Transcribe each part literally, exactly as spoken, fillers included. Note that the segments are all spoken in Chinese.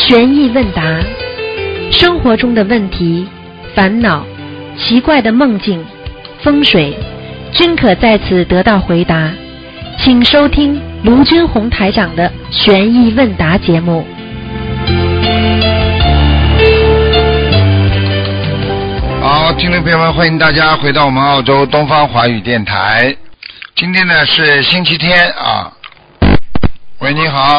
悬疑问答，生活中的问题、烦恼、奇怪的梦境、风水，均可在此得到回答。请收听卢军红台长的悬疑问答节目。 好，听众朋友们，欢迎大家回到我们澳洲东方华语电台。今天呢是星期天啊。喂，你好。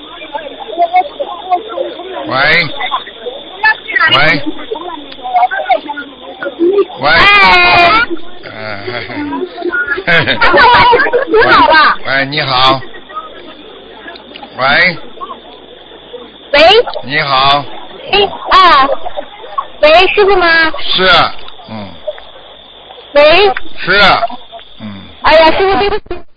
喂。喂。喂。嗯。 你好吧？ 喂，你好。喂。 喂。 你好。 哎啊。喂，师傅吗？ 是，嗯。 喂。 是，嗯。 哎呀，师傅对不起。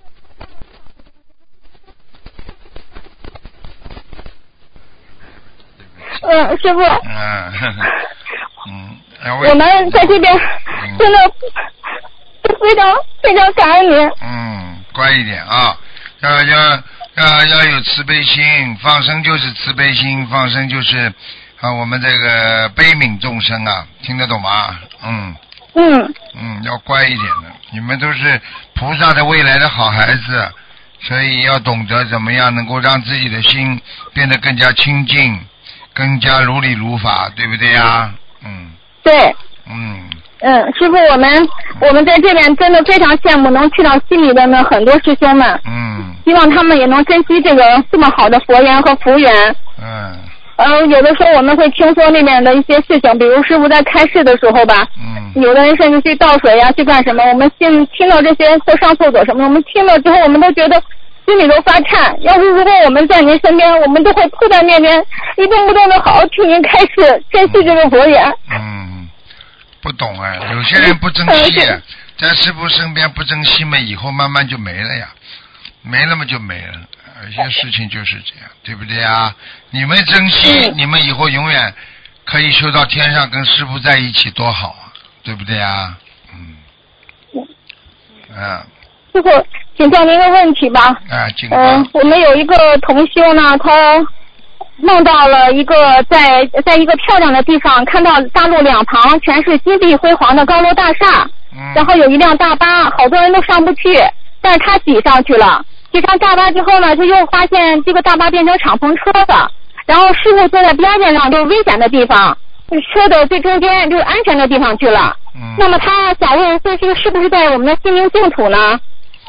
嗯，师傅。 嗯，嗯。 我们在这边真的非常非常感恩您。 嗯，乖一点啊，要要要要有慈悲心，放生就是慈悲心，放生就是啊我们这个悲悯众生啊，听得懂吗？嗯。 嗯。 嗯，要乖一点的，你们都是菩萨的未来的好孩子，所以要懂得怎么样能够让自己的心变得更加清净，更加如理如法，对不对呀？嗯。 对。 嗯。 嗯，师傅，我们我们在这边真的非常羡慕能去到悉尼的那很多师兄们。 嗯。 希望他们也能珍惜这个这么好的佛缘和福缘。 嗯。 呃，有的时候我们会听说那边的一些事情，比如师傅在开示的时候吧， 嗯， 有的人甚至去倒水呀、啊，去干什么，我们听听到这些或上厕所什么，我们听了之后，我们都觉得心里都发颤。要是如果我们在您身边，我们都会扑在面前，一动不动的好好听您开示，珍惜这个佛缘。 嗯，不懂啊，有些人不珍惜、啊，在师父身边不珍惜嘛，以后慢慢就没了呀，没了嘛就没了。有些事情就是这样，对不对啊？你们珍惜，你们以后永远可以修到天上，跟师父在一起，多好啊，对不对啊？嗯。嗯。 师傅，请教您一个问题吧。 啊，请嗯、呃，我们有一个同修呢，他梦到了一个在在一个漂亮的地方，看到大路两旁全是金碧辉煌的高楼大厦， 嗯、然后有一辆大巴，好多人都上不去，但是他挤上去了。挤上大巴之后呢，就又发现这个大巴变成敞篷车了，然后师傅坐在边边上，就是危险的地方，车的最中间就是安全的地方去了。 嗯。 那么他想问，这是是不是在我们的心灵净土呢？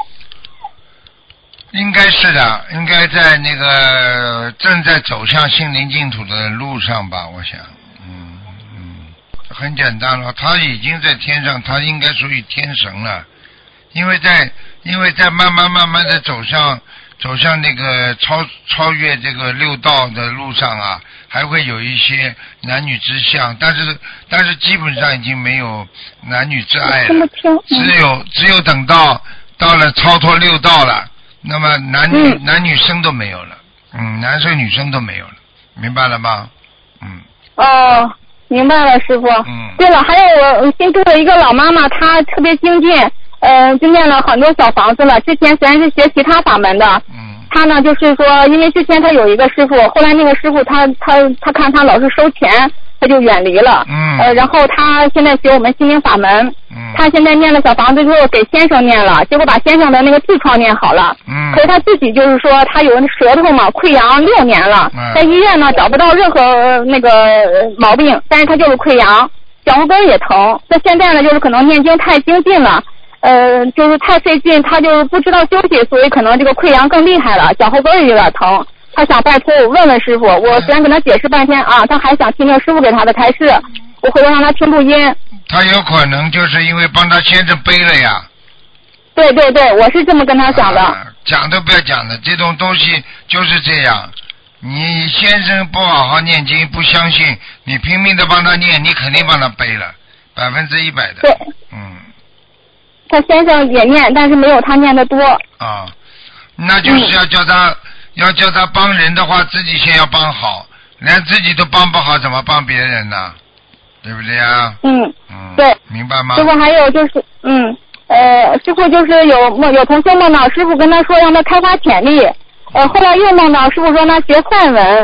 应该是的，应该在那个正在走向心灵净土的路上吧，我想。嗯嗯，很简单了，他已经在天上，他应该属于天神了，因为在。因为在慢慢慢慢的走向走向那个超超越这个六道的路上啊，还会有一些男女之相，但是但是基本上已经没有男女之爱了，只有只有等到到了超脱六道了，那么男女、嗯、男女生都没有了，嗯，男生女生都没有了，明白了吗？嗯。 哦，明白了，师傅。 嗯。 对了，还有我新住的一个老妈妈，她特别精进。呃，就念了很多小房子了。之前虽然是学其他法门的， 嗯， 他呢就是说，因为之前他有一个师傅，后来那个师傅他他他看他老是收钱，他就远离了。 嗯。 呃，然后他现在学我们心灵法门。 嗯。 他现在念了小房子之后给先生念了，结果把先生的那个痔疮念好了。 嗯。 可是他自己就是说他有舌头嘛溃疡六年了， 嗯、 在医院呢找不到任何那个毛病，但是他就是溃疡，脚后跟也疼。那现在呢就是可能念经太精进了。呃，就是太费劲，他就是不知道休息，所以可能这个溃疡更厉害了，脚后跟也有点疼。他想拜托我问问师傅，我虽然跟他解释半天啊，他还想听听师傅给他的开示，我回头让他听录音。 他有可能就是因为帮他先生背了呀。 对对对，我是这么跟他讲的。 啊、讲都不要讲的，这种东西就是这样。你先生不好好念经，不相信，你拼命的帮他念，你肯定帮他背了，百分之一百的。 对。 嗯。 他先生也念，但是没有他念的多。 啊，那就是要叫他、嗯、要叫他帮人的话，自己先要帮好，连自己都帮不好，怎么帮别人呢？对不对呀？ 嗯嗯， 对， 明白吗？ 师傅还有就是嗯呃，师傅就是有梦有同学梦到师傅跟他说让他开发潜力，呃，后来又梦到师傅说他学梵文。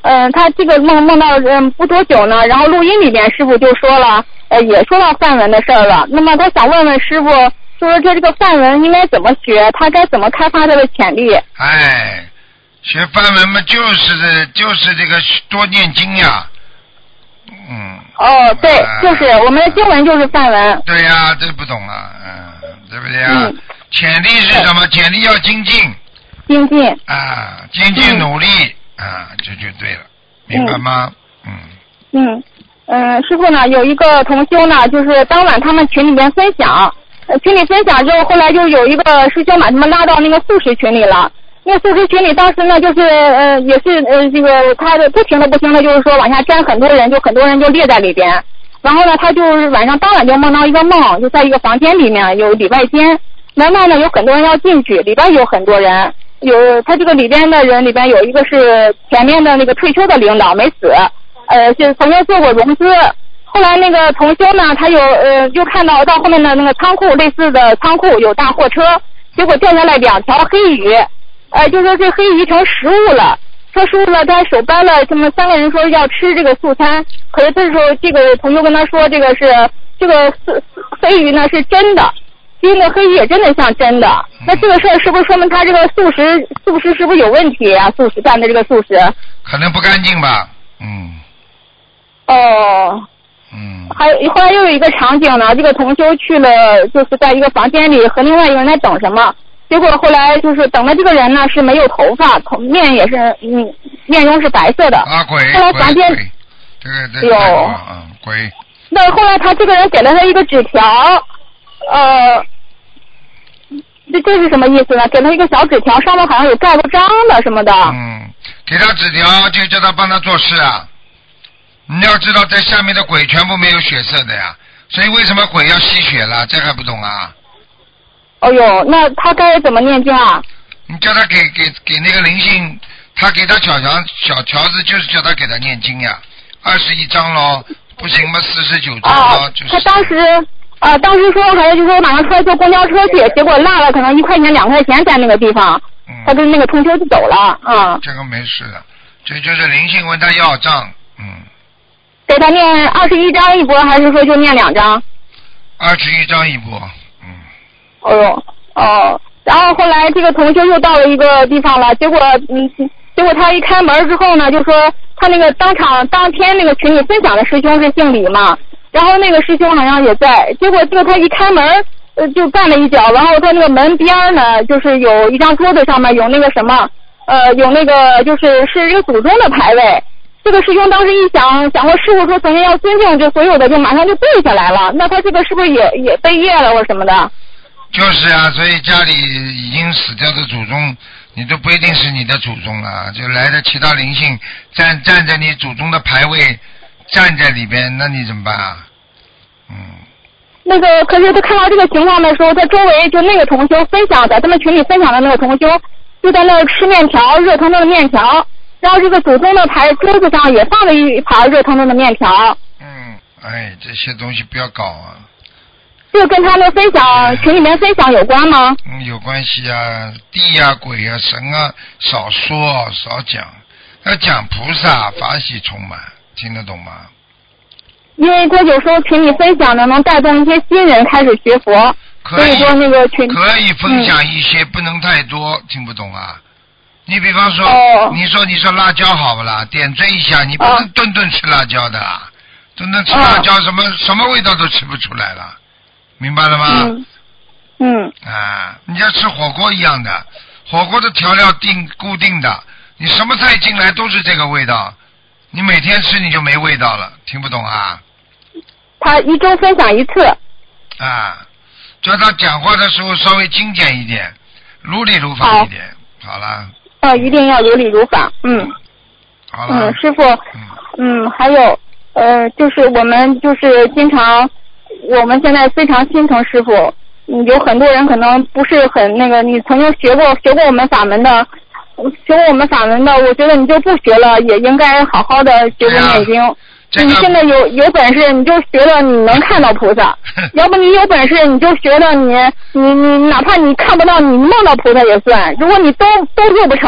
呃，他这个梦梦到嗯不多久呢，然后录音里边师傅就说了，呃，也说到梵文的事儿了。那么他想问问师傅，就说这这个梵文应该怎么学，他该怎么开发他的潜力？ 哎，学梵文嘛，就是就是这个多念经呀。嗯。 哦，对， 呃、 就是我们的经文就是梵文。 对呀、啊，这不懂啊，嗯，对不对啊？ 嗯。 潜力是什么？潜力要精进。 精进。 啊，精进努力、嗯、啊，这就对了，明白吗？嗯。嗯嗯、呃，师傅呢有一个同修呢，就是当晚他们群里面分享，呃，群里分享之后，后来就有一个师兄把他们拉到那个素食群里了。那个素食群里当时呢，就是呃也是呃这个他的不停的不停的，就是说往下粘很多人，就很多人就列在里边。然后呢，他就是晚上当晚就梦到一个梦，就在一个房间里面有礼拜间，门外呢有很多人要进去，里边有很多人，有他这个里边的人里边有一个是前面的那个退休的领导没死，呃是曾经做过融资。后来那个同修呢，他有呃就看到到后面的那个仓库类似的仓库有大货车，结果掉下来两条黑鱼。呃，就说这黑鱼成食物了，说食物了，他手掰了，他们三个人说要吃这个素餐，可是这时候这个同学跟他说，这个是这个黑鱼呢是真的，因为那黑鱼也真的像真的，那这个事儿是不是说明他这个素食素食是不是有问题啊？素食干的这个素食可能不干净吧，嗯。 哦。 嗯。 还后来又有一个场景呢，这个同修去了，就是在一个房间里和另外一个人在等什么。结果后来就是等的这个人呢是没有头发，头面也是嗯面容是白色的。 啊鬼！ 后来房间这个这个有啊鬼。 那后来他这个人给了他一个纸条，呃，这这是什么意思呢？给他一个小纸条，上面好像有盖过章的什么的。 嗯，给他纸条就叫他帮他做事啊。你要知道，在下面的鬼全部没有血色的呀，所以为什么鬼要吸血了？这还不懂啊？ 哦呦，那他该怎么念经啊？ 你叫他给给给那个灵性，他给他小条小条子，就是叫他给他念经呀，二十一章咯，不行嘛，四十九章咯、啊，就是。 他当时啊、呃，当时说还是就说马上出来坐公交车去，结果落了可能一块钱两块钱在那个地方，嗯、他跟那个同修就走了啊、嗯。 这个没事的，这就是灵性问他要账，嗯。 给他念二十一章一波，还是说就念两章？ 二十一章一波。 哦呦，哦，然后后来这个同修又到了一个地方了，结果嗯，结果他一开门之后呢，就说他那个当场当天那个群里分享的师兄是姓李嘛，然后那个师兄好像也在，结果就他一开门呃就绊了一脚，然后他那个门边呢就是有一张桌子上面有那个什么呃有那个就是是一个祖宗的牌位。这个师兄当时一想，想过师傅说曾经要尊敬这所有的，就马上就背下来了。那他这个是不是也也背业了或什么的？ 就是啊，所以家里已经死掉的祖宗，你都不一定是你的祖宗了，就来的其他灵性站站在你祖宗的牌位站在里边，那你怎么办啊？嗯。 那个，可是他看到这个情况的时候，他周围就那个同修分享在他们群里分享的那个同修，就在那儿吃面条，热腾腾的面条，然后这个祖宗的牌桌子上也放了一盘热腾腾的面条。 嗯，哎，这些东西不要搞啊。 这跟他们分享群里面分享有关吗？ 嗯，有关系啊，地啊、鬼啊、神啊，少说少讲，要讲菩萨法喜充满，听得懂吗？ 因为他有时候群里分享的能带动一些新人开始学佛，所以说那个群可以分享一些，嗯、不能太多，听不懂啊？你比方说， 哦、 你说你说辣椒好不啦？点缀一下，你不能顿顿吃辣椒的，哦、顿顿吃辣椒什么、哦、什么味道都吃不出来了。明白了吗？ 嗯。嗯。 啊，你像吃火锅一样的，火锅的调料定固定的，你什么菜进来都是这个味道，你每天吃你就没味道了，听不懂啊？ 他一周分享一次。 啊，叫他讲话的时候稍微精简一点，如理如法一点，好, 好了。 哦，一定要有理如法，嗯。 好了。 嗯，师傅， 嗯, 嗯，还有呃，就是我们就是经常。我们现在非常心疼师傅，嗯，有很多人可能不是很那个，你曾经学过学过我们法门的，学过我们法门的，我觉得你就不学了，也应该好好的学过念经。 这个、 你现在有有本事你就学了，你能看到菩萨；要不你有本事你就学了你，你你哪怕你看不到，你梦到菩萨也算。如果你都都做不成，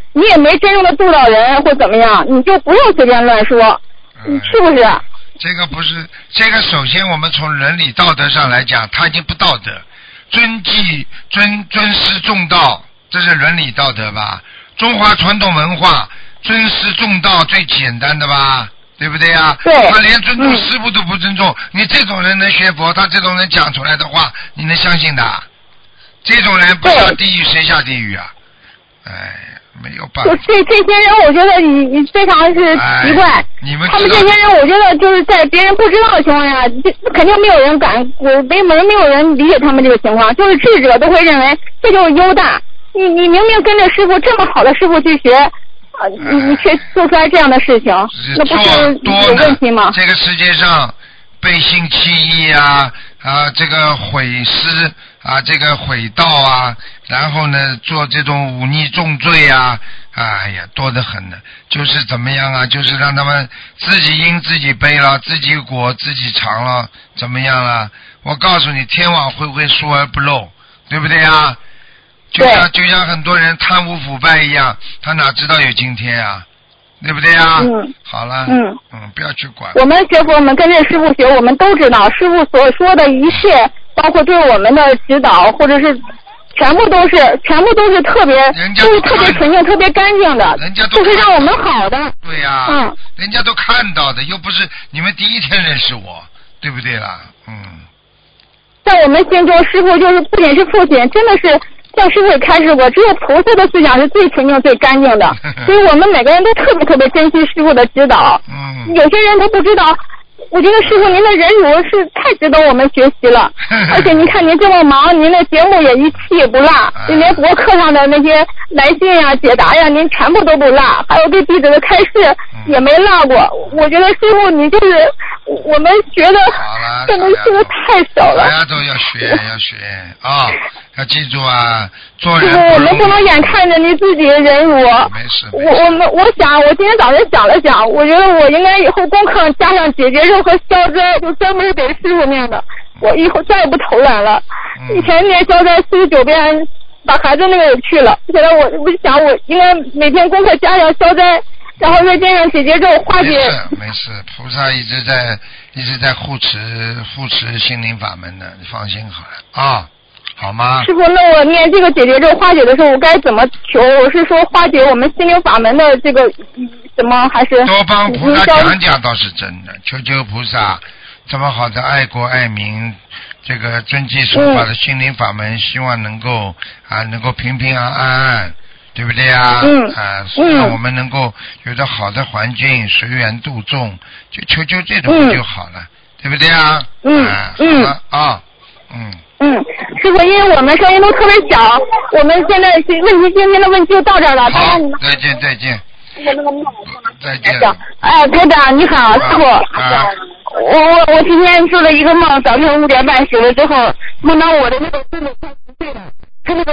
你也没真正的度到人或怎么样，你就不用随便乱说， 嗯、 是不是？ 这个不是，这个首先我们从伦理道德上来讲，他已经不道德，遵纪尊尊师重道，这是伦理道德吧？中华传统文化，尊师重道最简单的吧？对不对呀？ 对。 他连尊重师傅都不尊重，嗯、你这种人能学佛？他这种人讲出来的话，你能相信的？这种人不下地狱谁下地狱啊？哎，没有办法。 就这这些人，我觉得你你非常是奇怪。 哎、你们他们这些人，我觉得就是在别人不知道的情况下，这肯定没有人敢，我没没没有人理解他们这个情况。就是智者都会认为这就是优大。你你明明跟着师傅这么好的师傅去学。啊，你你却做出来这样的事情，那不是有问题吗？ 这个世界上背信弃义啊啊，这个毁师啊，这个毁道啊，然后呢做这种忤逆重罪啊，哎呀多得很呢。就是怎么样啊？就是让他们自己因自己背了，自己果自己尝了，怎么样了？我告诉你，天网恢恢，疏而不漏，对不对啊？就像就像很多人贪污腐败一样，他哪知道有今天啊，对不对啊？ 嗯。 好了。 嗯。 嗯，不要去管。 我们学佛，我们跟着师傅学，我们都知道师傅所说的一切，包括对我们的指导，或者是全部都是全部都是特别，就是特别纯净、特别干净的， 人家都就是让我们好的。 对呀、啊。 嗯。 人家都看到的，又不是你们第一天认识我，对不对啦？嗯。 在我们心中，师傅就是不仅是父亲，真的是。像师傅也开示过，只有菩萨的思想是最纯净、最干净的，所以我们每个人都特别特别珍惜师傅的指导。 嗯。 有些人他不知道，我觉得师傅您的忍辱是太值得我们学习了。而且您看您这么忙，您的节目也一期也不落，您连博客上的那些来信呀、解答呀，您全部都不落，还有对弟子的开示也没落过。我觉得师傅你就是我们学的，真的学的太少了。 大家都要学，要学啊。要记住啊，做人不我们不能眼看着你自己忍辱。 没事。 我我们我想，我今天早上想了想，我觉得我应该以后功课加上解结咒和消灾，就专门给师傅念的。我以后再也不偷懒了。嗯、以前念消灾四十九遍，把孩子那个也去了。现在我我想，我应该每天功课加上消灾，然后再加上解结咒化解。 没事没事，菩萨一直在一直在护持护持心灵法门的，你放心好了啊。好吗？ 师傅，那我念这个解结咒化解的时候，我该怎么求？我是说化解我们心灵法门的这个怎么还是？ 多帮菩萨讲讲倒是真的，求求菩萨这么好的爱国爱民，这个遵纪守法的心灵法门，嗯、希望能够啊能够平平安安，对不对啊？ 嗯。 啊，让我们能够有着好的环境，随缘度众，就求求这种就好了，嗯、对不对啊？ 嗯。 啊、 嗯。 好了啊，嗯。 嗯，师傅，因为我们声音都特别小，我们现在问题今天的问题就到这儿了。 好，再见再见。再见。 哎，台长你好，师傅。啊、我我我今天做了一个梦，早晨五点半醒了之后，梦到我的那个孙子快十岁了，他那个。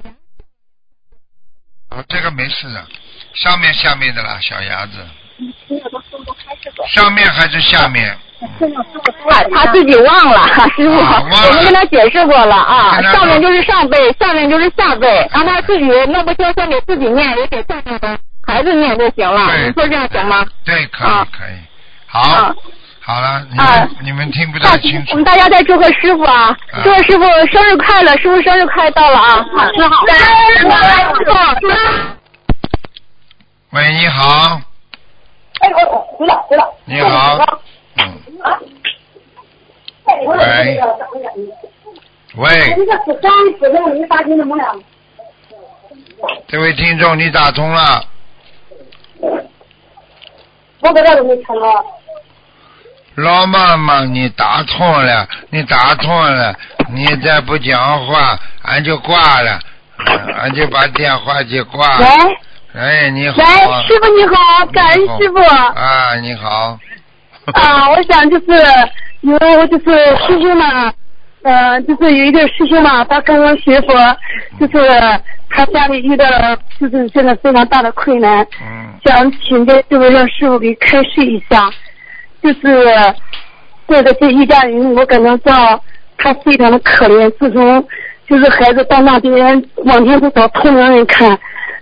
啊，这个没事的，上面下面的啦，小牙子。上面还是下面？ 他他自己忘了，师傅， 啊、 我们跟他解释过了啊，上面就是上辈，下面就是下辈，让他自己弄不清，先给自己念，也给下面的孩子念就行了。你说这样行吗？ 对，可以、啊、可以。好，啊、好了，你们、啊、你们听不太清楚。 我们大家再祝贺师傅啊，啊祝贺师傅生日快乐，师傅生日快到了啊！师傅好。 喂，你好。 哎，我回了回了。 你好。嗯。喂。喂。这位听众，你打通了。 我搁这都没听到。 老妈妈，你打通了，你打通了，你再不讲话，俺就挂了，俺就把电话就挂了。 喂。 哎，你好。 喂，师傅你好，感恩师傅。 啊，你好。 啊，我想就是有就是师兄嘛，呃，就是有一个师兄嘛，他刚刚学佛，就是他家里遇到就是现在非常大的困难， 嗯， 想请这这个让师傅给开示一下，就是这个这一家人，我感觉到他非常的可怜，自从就是孩子到那边往前不找通灵人看。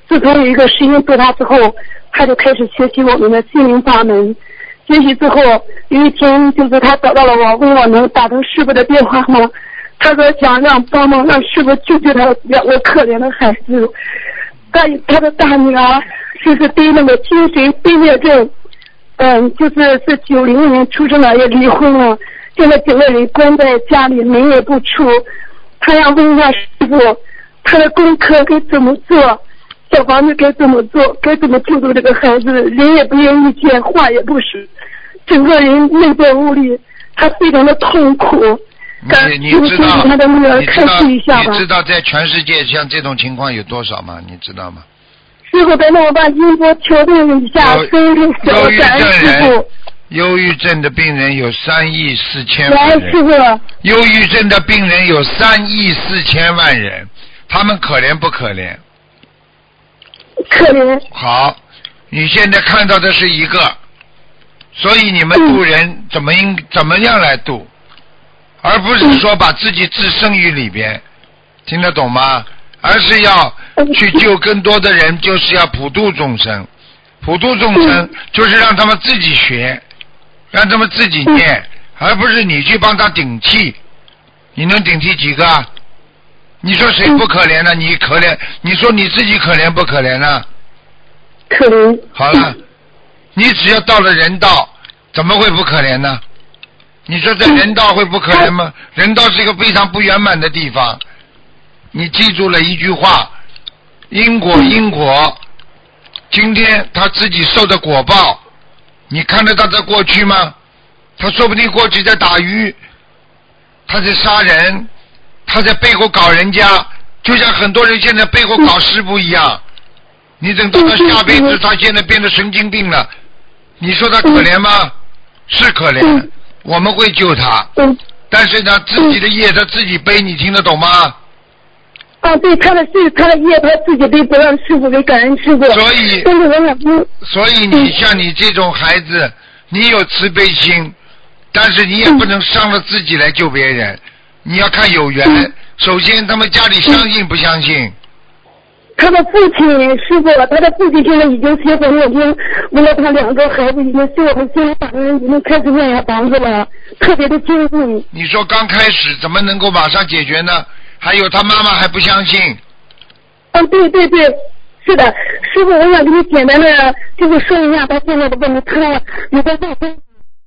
自从有一个师兄做他之后，他就开始学习我们的心灵法门。学习之后，有一天就是他找到了我，问我能打通师傅的电话吗？他说想让帮忙让师傅救救他两个可怜的孩子。他他的大女儿就是得那个精神分裂症，嗯，就是是九零年出生的，也离婚了，现在整个人关在家里，门也不出。他要问一下师傅，他的功课该怎么做，小房子该怎么做，该怎么救助这个孩子，人也不愿意见，话也不说，整个人内在无力，他非常的痛苦。 你你知道他的女儿开示一下吧。 你知道在全世界像这种情况有多少吗？你知道吗？ 师傅，等等我把音波调整一下，声音小，感恩师傅。 忧郁症的病人有三亿四千万人。 师傅。 忧郁症的病人有三亿四千万人，他们可怜不可怜？ 可怜。 好，你现在看到的是一个，所以你们渡人怎么应、嗯、怎么样来渡？而不是说把自己置身于里边，听得懂吗？而是要去救更多的人，就是要普度众生。普度众生就是让他们自己学，让他们自己念，而不是你去帮他顶替。你能顶替几个？你说谁不可怜呢？你可怜，你说你自己可怜不可怜呢？ 可怜。 好了，你只要到了人道，怎么会不可怜呢？你说在人道会不可怜吗？人道是一个非常不圆满的地方。你记住了一句话，因果因果，今天他自己受的果报，你看得到他过去吗？他说不定过去在打鱼，他在杀人，他在背后搞人家，就像很多人现在背后搞师傅一样。你等到他下辈子，他现在变得神经病了，你说他可怜吗？是可怜，我们会救他，但是呢，自己的业他自己背，你听得懂吗？ 啊，对，他的是他的业他自己背，不让师傅给感恩师傅。 所以， 但是我想， 所以你像你这种孩子，你有慈悲心，但是你也不能伤了自己来救别人。你要看有缘，首先他们家里相信不相信？ 他的父亲师傅，他的父亲现在已经结婚了，已经为了他两个孩子，已经是我们新法人已经开始念房子了，特别的精进。 你说刚开始怎么能够马上解决呢？还有他妈妈还不相信。 嗯，对对对，是的，师傅，我想给你简单的就是说一下他现在的问题，他有个外公。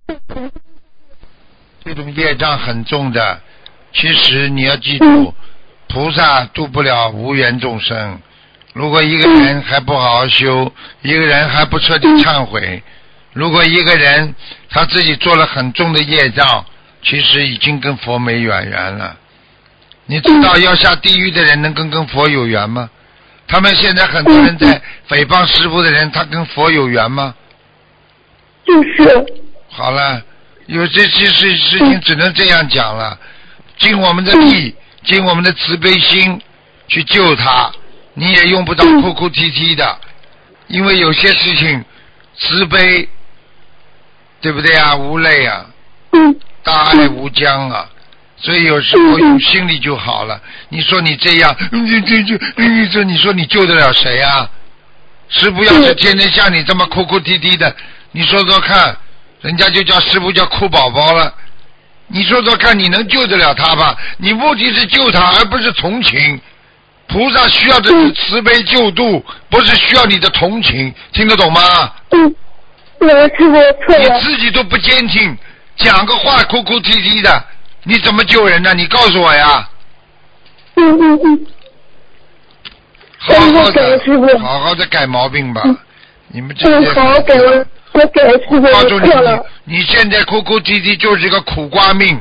这种业障很重的，其实你要记住，嗯、菩萨度不了无缘众生。如果一个人还不好好修，一个人还不彻底忏悔，如果一个人他自己做了很重的业障，其实已经跟佛没远缘了。你知道要下地狱的人能跟跟佛有缘吗？他们现在很多人在诽谤师父的人，他跟佛有缘吗？ 就是。 好了，有这些事事情只能这样讲了，尽我们的力，尽我们的慈悲心去救他。你也用不着哭哭啼啼的，因为有些事情慈悲，对不对啊？无泪啊，大爱无疆啊。所以有时候用心里就好了。你说你这样，你这这，你说你说你救得了谁啊？师父要是天天像你这么哭哭啼啼的，你说说看，人家就叫师父叫哭宝宝了。你说说看，你能救得了他吧？你目的是救他，而不是同情。菩萨需要的是慈悲救度，不是需要你的同情，听得懂吗？ 嗯，我师父错了。 你自己都不坚定，讲个话哭哭啼啼的。你怎么救人呢？你告诉我呀。 嗯嗯嗯。 好好的，好好的改毛病吧。嗯、你们这些。 嗯，好好改了，我改了，师傅， 我告诉错了。 你，你现在哭哭啼啼就是个苦瓜命。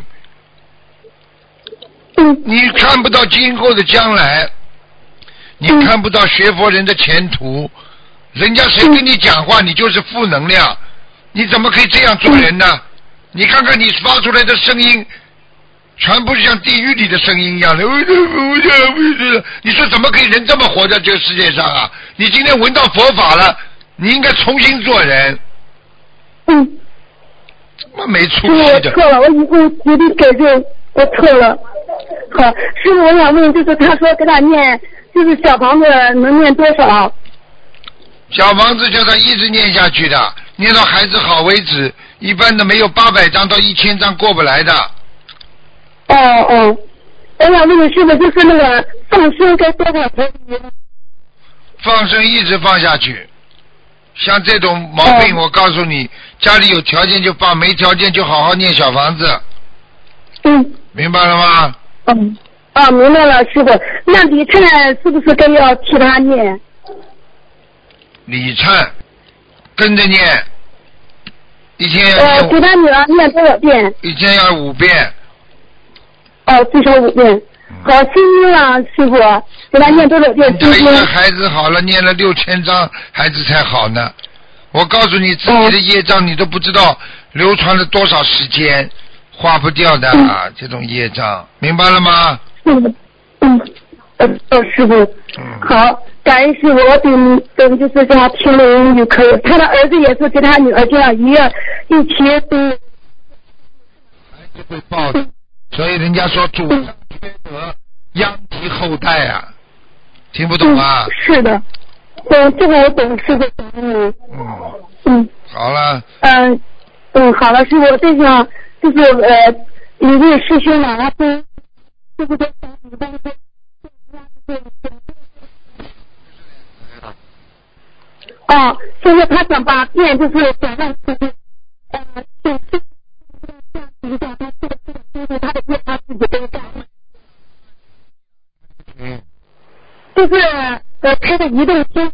嗯。 你看不到今后的将来，你看不到学佛人的前途，嗯、人家谁跟你讲话，你就是负能量，你怎么可以这样做人呢？嗯、你看看你发出来的声音。全部是像地狱里的声音一样的，你说怎么可以人这么活在这个世界上啊？你今天闻到佛法了，你应该重新做人。 嗯。 怎么没出息的？ 我错了，我以后决定改正，我错了。好，师傅，我想问，就是他说给他念，就是小房子能念多少？ 小房子叫他一直念下去的，念到孩子好为止。一般的没有八百张到一千张过不来的。 哦哦，我想问你师傅，就是那个放生该多少条鱼？ 放生一直放下去。像这种毛病， 哦、 我告诉你，家里有条件就放，没条件就好好念小房子。 嗯。 明白了吗？ 嗯。啊，明白了，师傅。那李灿是不是该要替他念？ 李灿跟着念，一天要念。呃，给他女儿念多少遍？ 一天要五遍。 哦，最少五遍。好，心经啊，师傅，给他念多少遍心经？ 他一个孩子好了，念了六千章，孩子才好呢。我告诉你，自己的业障你都不知道流传了多少时间，化不掉的、啊嗯、这种业障，明白了吗？ 嗯嗯，呃，师傅， 嗯， 好，感恩师傅，我等等就是这样听了英语可以。他的儿子也是跟他女儿这样一样，一起都。 孩子会报的，所以人家说祖上缺德，殃及后代啊，听不懂啊？ 嗯、是的，嗯，这个我懂，师傅。嗯嗯嗯， 好了。 嗯嗯，好了，师傅，这想就是呃，一位师兄嘛，他是。是不是啊，就是他想把店就是转让出去，呃，就是一下他这个这个他的店他自己都干。 嗯。 就是呃开的移动车。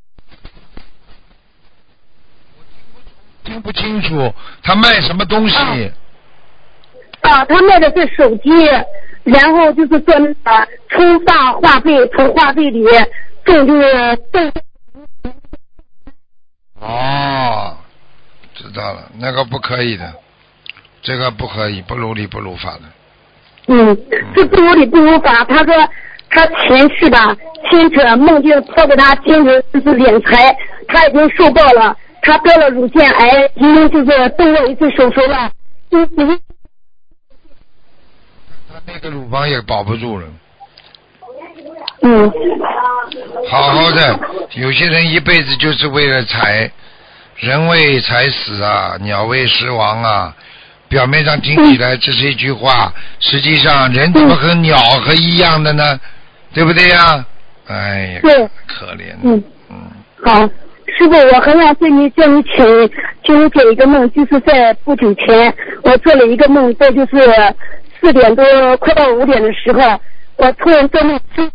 听不清楚，他卖什么东西？ 啊，啊他卖的是手机。然后就是做那个充放话费，从话费里种就是种。 哦，知道了，那个不可以的，这个不可以，不如理不如法的。 嗯，是不如理不如法。他说他前世吧，牵扯梦境托给他牵扯就是敛财，他已经受报了，他得了乳腺癌，已经就是动过一次手术了，就是。 那个乳房也保不住了。 嗯。 好好的，有些人一辈子就是为了财，人为财死啊，鸟为食亡啊。表面上听起来这是一句话，嗯、实际上人怎么和鸟和一样的呢？对不对呀？哎呀， 对， 可怜。 嗯嗯。 好，师傅，我还想对你叫你请，请我做一个梦，就是在不久前我做了一个梦，这就是。四点多快到五点的时候，我突然在那吃。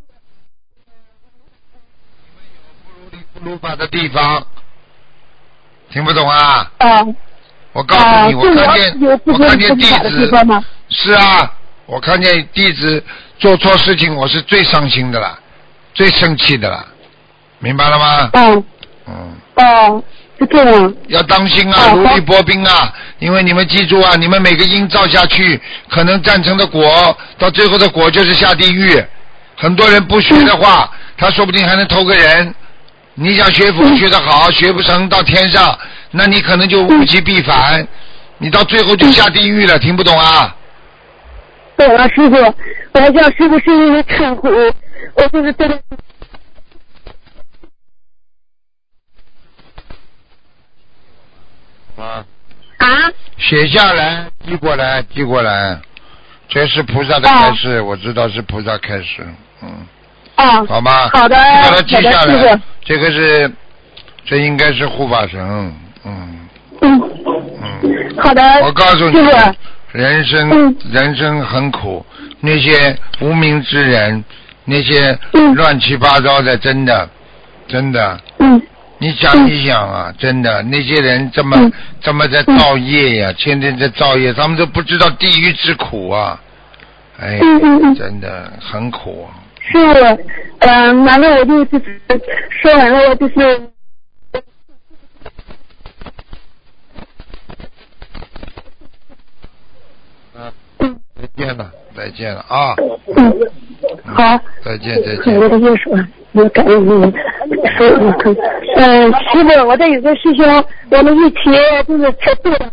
不如法的地方，听不懂啊？ 啊。 我告诉你， 啊、 我看见，我看见弟子。是啊，我看见弟子做错事情，我是最伤心的了，最生气的了，明白了吗？ 嗯。 嗯。 哦。是这样。 要当心啊，如履薄冰啊！因为你们记住啊，你们每个因造下去，可能赞成的果，到最后的果就是下地狱。很多人不学的话，他说不定还能投个人。你想学佛学得好，学不成到天上，那你可能就物极必反，你到最后就下地狱了。听不懂啊？ 懂了，师傅，我还叫师傅是因为忏悔，我就是真的。 啊啊！ 写下来，寄过来，寄过来。这是菩萨的开示，啊、我知道是菩萨开示，嗯。 啊。 好吗？ 好的。 把它记下来。 好的， 这个是，这应该是护法神，嗯。 嗯。 嗯。 好的。 我告诉你，人生、 嗯、 人生很苦，那些无名之人，那些乱七八糟的，真的，真的。 嗯。 你想一想啊，真的，那些人这么、嗯、这么在造业呀、啊，天天在造业，他们都不知道地狱之苦啊！哎， 嗯嗯嗯、 真的很苦、啊。 是，嗯、呃，完了我就就是说完了，我就是。 啊，再见了，再见了啊！ 嗯，好， 再见再见。 我的业说。我感恩你，说嗯，师傅，我这有个师兄，我们一起就是吃素的。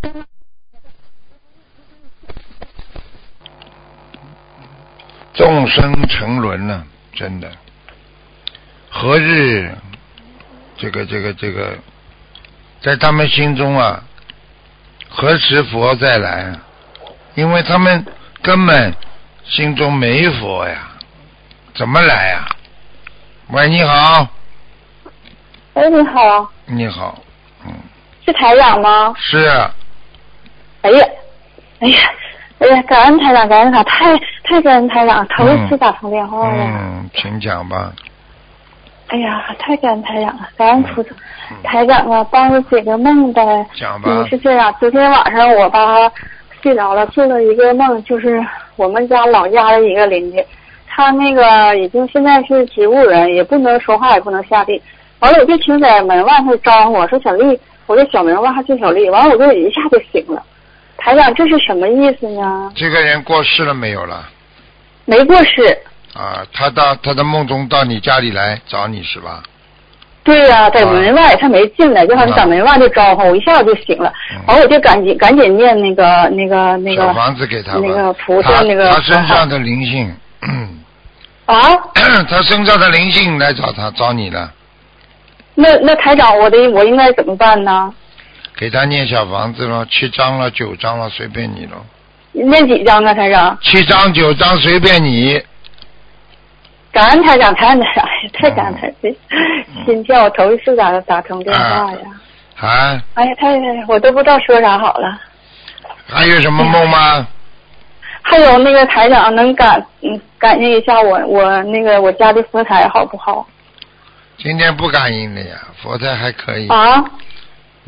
众生沉沦了，真的，何日这个这个这个，在他们心中啊，何时佛再来啊？因为他们根本心中没佛呀，怎么来呀？喂，你好。 哎，你好。 你好，嗯。 是台长吗？ 是。 哎呀，哎呀，哎呀，感恩台长，感恩台长，太太感恩台长，头一次打通电话了。 嗯，请讲吧。 哎呀，太感恩台长了，感恩菩萨。嗯、台长啊，帮我解个梦呗。 讲吧。 嗯，是这样，昨天晚上我吧睡着了，做了一个梦，就是我们家老家的一个邻居，他那个已经现在是植物人，也不能说话，也不能下地。完了，我就听在门外头招呼我说：“小丽。”我说：“小名哇，叫小丽。”完了，我就一下就醒了。台长，这是什么意思呢？ 这个人过世了没有了？ 没过世。 啊，他到他的梦中到你家里来找你是吧？ 对呀、啊，在门外、啊、他没进来，就好像在门外就招呼我，一下就醒了。完、嗯、我就赶紧赶紧念那个那个那个小房子给他吧， 那个菩萨那个他身上的灵性。 啊？ 他身上的灵性来找他找你了。 那那台长，我的我应该怎么办呢？ 给他念小房子了，七张了，九张了，随便你了。 念几张啊，台长？ 七张九张随便你。 感恩台长，感恩台长，太感恩台长，嗯、心跳，我头一次打打通电话呀。 啊。 哎呀，太我都不知道说啥好了。 还有什么梦吗？ 还有那个台长能感嗯感应一下我我那个我家的佛台好不好？ 今天不感应的呀，佛台还可以。 啊。 嗯。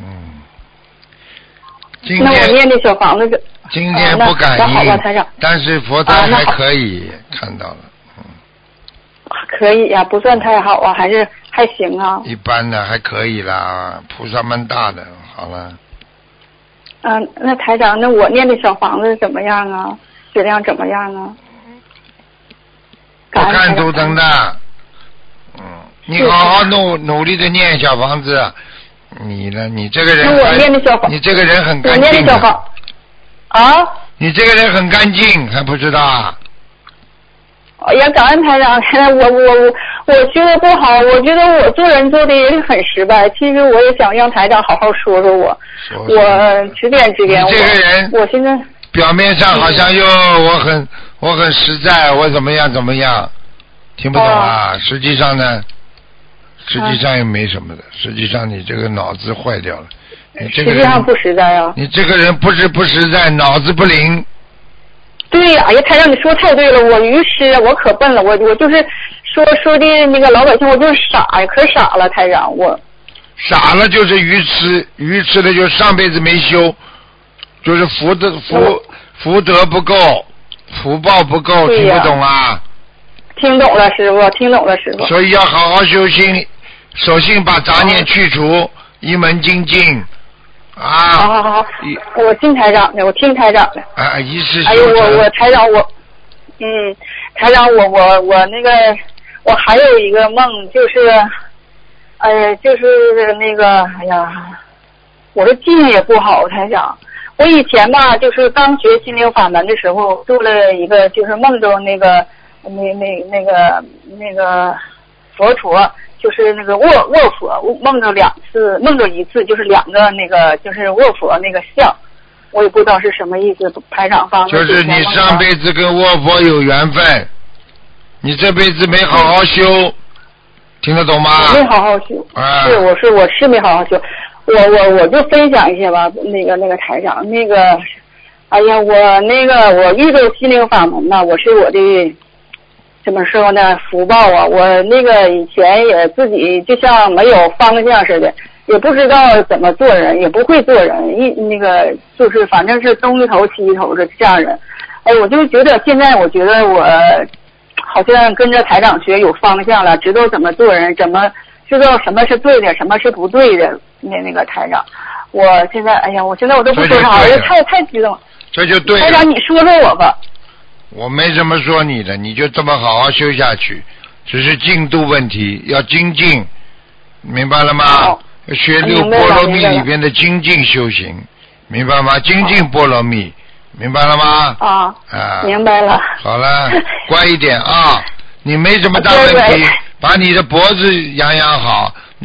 今天那我念的小房子。 今天不感应。 啊、那, 那好吧，台长。 但是佛台还可以、啊、看到了。 可以呀、啊，不算太好啊，还是还行啊。 一般的还可以啦，菩萨蛮大的，好了。 嗯、呃，那台长，那我念的小房子怎么样啊？质量怎么样啊？ 不看图腾的，嗯，你好好努努力的念小房子。你呢？你这个人， 那我念的小房， 你这个人很干净。 我念的小房啊？ 你这个人很干净，还不知道啊？ 哎呀，感恩台长，我我我我觉得不好，我觉得我做人做的也很失败。其实我也想让台长好好说说我，说说我指点指点我。 这个人， 我现在表面上好像又我很我很实在，我怎么样怎么样，听不懂啊？哦、实际上呢，实际上也没什么的。实际上你这个脑子坏掉了，你这个人实际上不实在啊。 你这个人不是不实在，脑子不灵。 对呀，哎呀，台长，你说太对了，我愚痴，我可笨了，我我就是说说的那个老百姓，我就是傻呀，可傻了，台长，我傻了就是愚痴，愚痴的就上辈子没修，就是福德福福德不够，福报不够，听不懂啊？ 听懂了，师傅，听懂了，师傅。 所以要好好修心，首先把杂念去除，一门精进。啊！ 好好好，我听台长的，我听台长的。 啊，一世哎呦，我我台长我，嗯，台长我我我那个我还有一个梦，就是，呃，就是那个，哎呀，我的记性也不好，台长。我以前吧，就是刚学心灵法门的时候，做了一个，就是梦中那个那那那个那个佛陀。就是那个卧卧佛，梦着两次，梦着一次，就是两个那个，就是卧佛那个像，我也不知道是什么意思。台长方就是你上辈子跟卧佛有缘分，你这辈子没好好修，嗯、听得懂吗？ 我没好好修， 啊、 是我是我是没好好修，我我我就分享一下吧。那个那个台长，那个，哎呀，我那个我遇到心灵法门呐，我是我的。怎么说呢？福报啊！我那个以前也自己就像没有方向似的，也不知道怎么做人，也不会做人，一那个就是反正是东一头西一头的这样人。哎，我就觉得现在我觉得我好像跟着台长学有方向了，知道怎么做人，怎么知道什么是对的，什么是不对的。那那个台长，我现在哎呀，我现在我都不说啥，我太太激动了。 这就对了。 台长，你说说我吧。 我没什么说你的，你就这么好好修下去，只是进度问题，要精进，明白了吗？ 哦、 要学六波罗蜜里边的精进修行，明白吗？精进波罗蜜，明白了吗？ 啊、 哦，啊， 明白了。 好了，乖一点啊！你没什么大问题，把你的脖子养养好，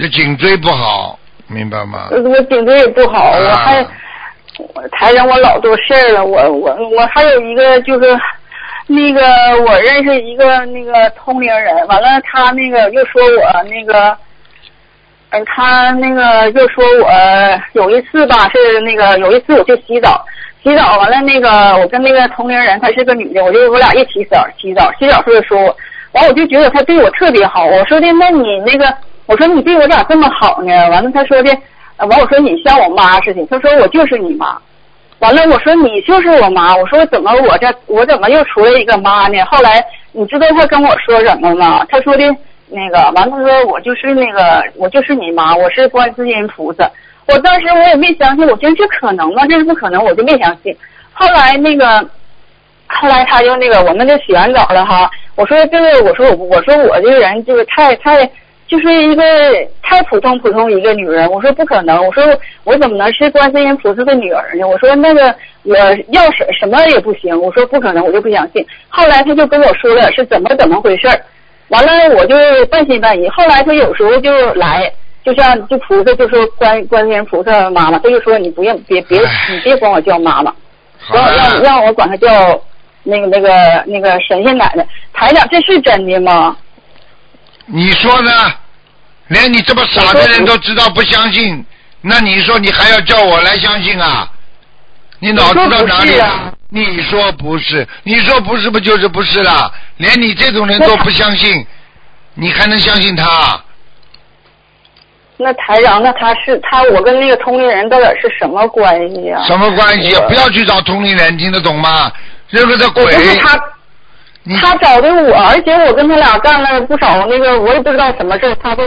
你的颈椎不好，明白吗？ 我颈椎也不好， 啊、 我还我台上我老多事儿了，我我我还有一个就是那个我认识一个那个通灵人，完了他那个又说我那个。嗯，他那个又说我有一次吧，是那个有一次我去洗澡，洗澡完了那个我跟那个同龄人，她是个女的，我就我俩一起澡洗澡，洗澡时候说我，完我就觉得他对我特别好，我说的那你那个，我说你对我咋这么好呢？完了他说的，完我说你像我妈似的，他说我就是你妈，完了我说你就是我妈，我说怎么我这我怎么又出来一个妈呢？后来你知道他跟我说什么吗？他说的。那个完了说我就是那个我就是你妈，我是观世音菩萨。我当时我也没相信，我觉得这可能吗？这是不可能，我就没相信。后来那个后来他就那个我们就洗完澡了哈，我说这个我说我我说我这个人就是太太就是一个太普通普通一个女人，我说不可能，我说我怎么能是观世音菩萨的女儿呢？我说那个我要是什么也不行，我说不可能，我就不相信。后来他就跟我说了是怎么怎么回事儿。完了，我就半信半疑。后来他有时候就来，就像就菩萨就说观观世音菩萨妈妈，他就说你不用别别你别管我叫妈妈，让让让我管他叫那个那个那个神仙奶奶。台长，这是真的吗？ 你说呢？连你这么傻的人都知道不相信，那你说你还要叫我来相信啊？你脑子到哪里了？你说不是，你说不是不就是不是了？连你这种人都不相信，你还能相信他？ 那台长，那他是他，我跟那个通灵人到底是什么关系啊？ 什么关系？不要去找通灵人，听得懂吗？任何的鬼。 不是他，他找的我，而且我跟他俩干了不少那个，我也不知道什么事，他都。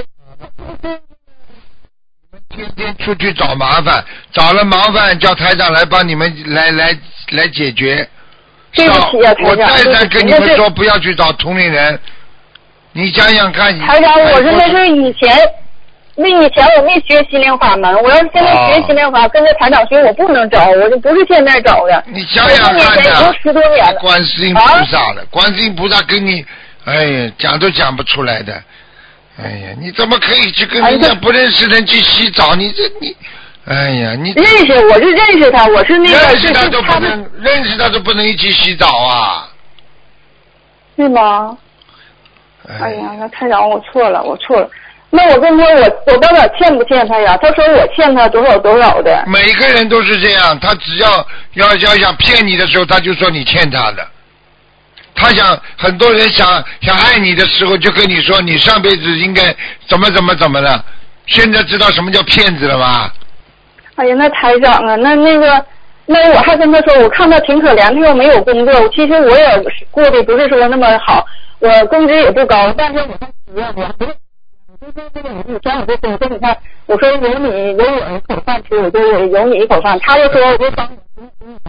天天出去找麻烦，找了麻烦叫台长来帮你们来来来解决。 对不起啊，台长。 我再三跟你们说，不要去找同龄人。你想想看。 台长，我是那是以前，那以前我没学心灵法门，我要是现在学心灵法，跟着台长学，我不能找，我就不是现在找的。 你想想看呐，已经十多年了。 观世音菩萨了，啊、观世音菩萨跟你，哎呀，讲都讲不出来的。哎呀，你怎么可以去跟人家不认识的人去洗澡？你这你，哎呀，你认识，我是认识他，我是那个认识他都不能，认识他都不能一起洗澡啊？ 是吗？哎, 哎呀，那台长，我错了，我错了。那我跟他，我我到底欠不欠他呀？他说我欠他多少多少的。 每个人都是这样，他只要要要想骗你的时候，他就说你欠他的。他想，很多人想想爱你的时候，就跟你说你上辈子应该怎么怎么怎么的。现在知道什么叫骗子了吗？ 哎呀，那台长啊，那那个，那我还跟他说，我看他挺可怜，他又没有工作。其实我也过得不是说那么好，我工资也不高，但是我不要我不。以前我就跟跟你看，我说有你有我一口饭吃，我就有你一口饭。他就说我就帮你，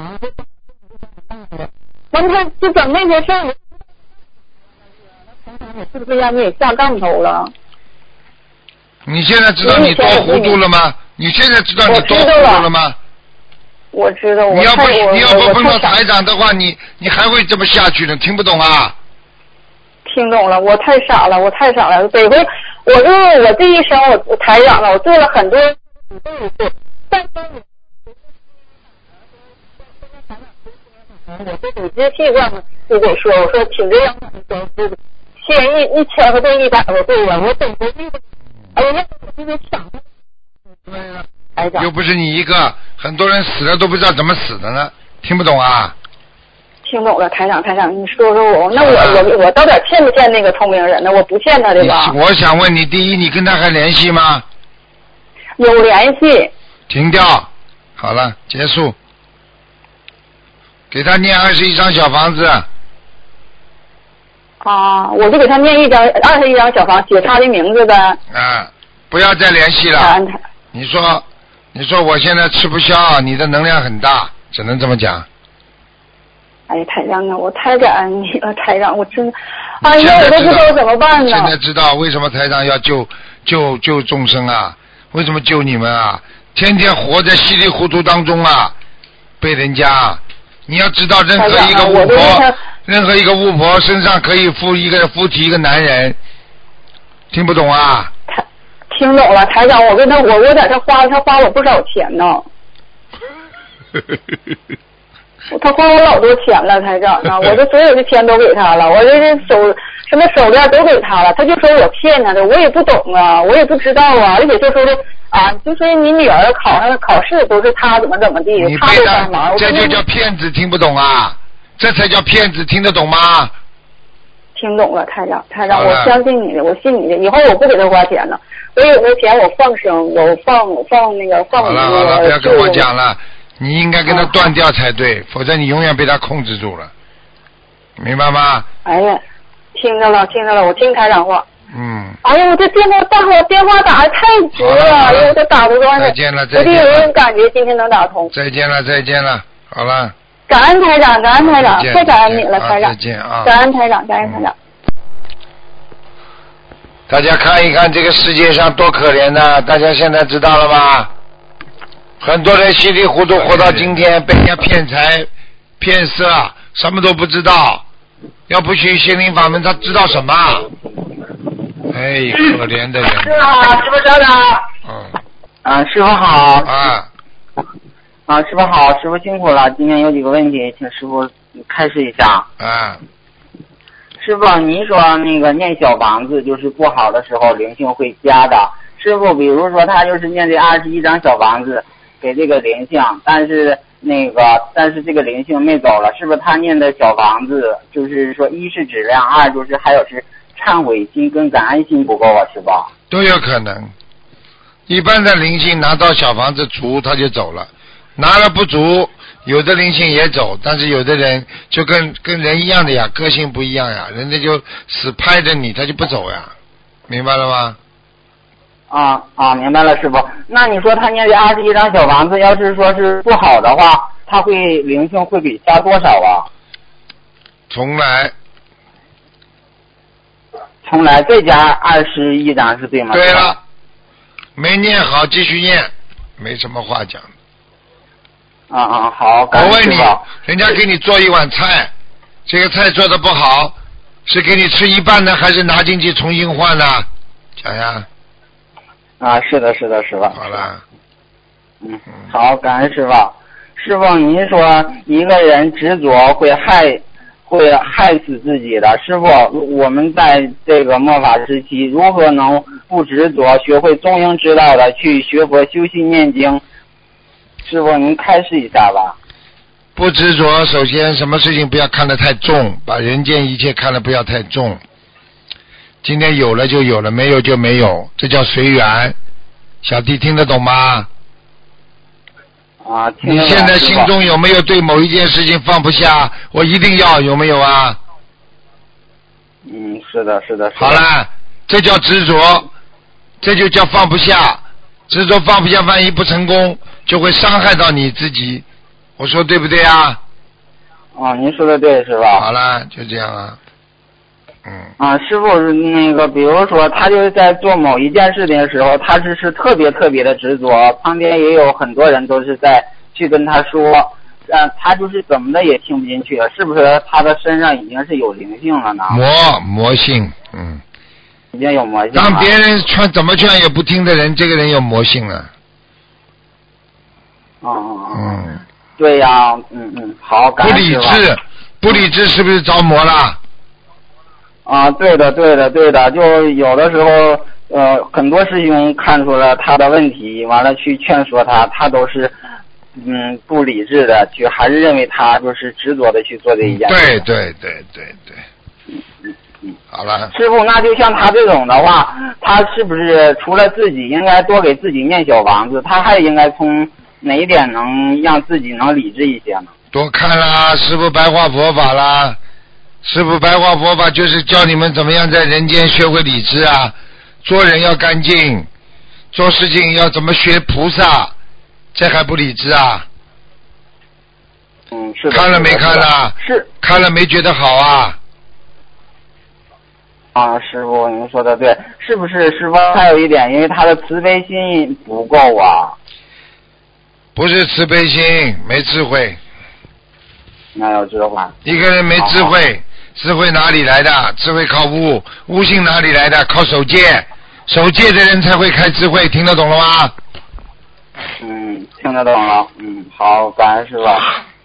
完他就整那些事儿，我是不是让你也下杠头了？ 你现在知道你多糊涂了吗？你现在知道你多糊涂了吗？ 我知道，我你要不你要不碰到台长的话，你你还会这么下去呢？听不懂啊？ 听懂了，我太傻了，我太傻了。每回我就我这一生我我台长了，我做了很多但是我这组织器官就给说，我说请这样欠一一千个对一百个对呀，我怎么这个？哎呀，我这个想的。 对呀，台长又不是你一个，很多人死了都不知道怎么死的呢，听不懂啊？ 听懂了，台长，台长，你说说我，那我我我到底欠不欠那个通灵人呢？我不欠他的吧？ 我想问你，第一，你跟他还联系吗？ 有联系。 停掉，好了，结束。给他念二十一张小房子。 啊，我就给他念一张二十一张小房，写他的名字呗。 啊，不要再联系了。你说，你说我现在吃不消，你的能量很大，只能这么讲。 哎呀，台长啊，我太感恩你了，台长，我真，哎呀，我都不知道怎么办呢。 现在知道为什么台长要救救救众生啊？为什么救你们啊？天天活在稀里糊涂当中啊，被人家。你要知道，任何一个巫婆，任何一个巫婆身上可以附一个附体一个男人，听不懂啊？ 台听懂了，台长，我跟他，我我在这花，他花我不少钱呢。他花我老多钱了，台长啊！我这所有的钱都给他了，我这这手什么手链都给他了，他就说我骗他的，我也不懂啊，我也不知道啊，而且就说的啊，就说你女儿考上考试都是他怎么怎么地，他不帮忙， 这就叫骗子，听不懂啊？这才叫骗子，听得懂吗？ 听懂了，台长，台长，我相信你的，我信你的，以后我不给他花钱了，我有的钱我放生，我放我放那个放好了好了，不要跟我讲了，你应该跟他断掉才对，否则你永远被他控制住了，明白吗？ 哎呀，听着了，听着了，我听台长话。 嗯。 哎呀，我这电话打我电话打的太直了，哎呦，我都打不断了。 再见了，再我见了。 就有种感觉今天能打通。 再见了，再见了，好了。 感恩台长，感恩台长，太感恩你了，台长。 再见啊！ 感恩台长，感恩台长。 大家看一看这个世界上多可怜呐、啊！大家现在知道了吗？很多人稀里糊涂活到今天，被人家骗财骗色，什么都不知道。要不学心灵法门，他知道什么？哎，可怜的人。 师傅好，师傅稍等。 嗯。 啊，师傅好。 啊。 啊，师傅好，师傅辛苦了。今天有几个问题，请师傅开示一下。 啊。 师傅，您说那个念小房子就是不好的时候灵性会加的。师傅，比如说他就是念这二十一张小房子给这个灵性，但是那个但是这个灵性没走了，是不是他念的小房子就是说一是质量，二就是还有是忏悔心跟感恩心不够啊，师傅？ 都有可能。一般的灵性拿到小房子足他就走了，拿了不足，有的灵性也走，但是有的人就跟跟人一样的呀，个性不一样呀，人家就死拍着你，他就不走呀，明白了吗？ 啊啊，明白了，师傅。那你说他念这二十一张小房子，要是说是不好的话，他会灵性会给加多少啊？ 重来。 重来再加二十一张是对吗？ 对了，没念好继续念，没什么话讲。 啊啊，好。 我问你，人家给你做一碗菜，这个菜做的不好，是给你吃一半呢，还是拿进去重新换呢？讲呀。 啊，是的，是的，师傅。 好了。 嗯，好，感恩师傅。师傅，您说一个人执着会害会害死自己的，师傅，我们在这个末法时期，如何能不执着，学会中庸之道的去学佛修心念经？师傅，您开示一下吧。 不执着，首先什么事情不要看得太重，把人间一切看得不要太重。今天有了就有了，没有就没有，这叫随缘。小弟听得懂吗？ 啊，听得懂。 你现在心中有没有对某一件事情放不下？我一定要，有没有啊？ 嗯，是的，是的。是的好了，这叫执着，这就叫放不下。执着放不下，万一不成功，就会伤害到你自己。我说对不对啊？ 啊，您说的对，是吧？ 好了，就这样啊。嗯。 啊，师傅，那个，比如说，他就是在做某一件事情的时候，他是是特别特别的执着，旁边也有很多人都是在去跟他说，呃，他就是怎么的也听不进去了，是不是他的身上已经是有灵性了呢？ 魔魔性，嗯。 已经有魔性了。 当别人劝怎么劝也不听的人，这个人有魔性了。 嗯嗯嗯。 对呀，嗯嗯，好，感不理恩师傅。 智，不理智是不是着魔了？ 啊，对的，对的，对的，就有的时候，呃，很多师兄看出了他的问题，完了去劝说他，他都是，嗯，不理智的，就还是认为他就是执着的去做这一件事。 对对对对对。 嗯嗯嗯。 好了。 师傅，那就像他这种的话，他是不是除了自己应该多给自己念小房子，他还应该从哪一点能让自己能理智一些呢？ 多看啦，师父白话佛法啦。师父白话佛法就是教你们怎么样在人间学会理智啊，做人要干净，做事情要怎么学菩萨，这还不理智啊？ 嗯，是的。 看了没看了？ 是。 看了没觉得好啊？ 啊，师傅，您说的对，是不是？师傅还有一点，因为他的慈悲心不够啊。 不是慈悲心，没智慧。 那有智慧。 一个人没智慧，智慧哪里来的？智慧靠悟，悟性哪里来的？靠守戒。 守戒的人才会开智慧，听得懂了吗？ 嗯，听得懂了。嗯，好，感恩师傅。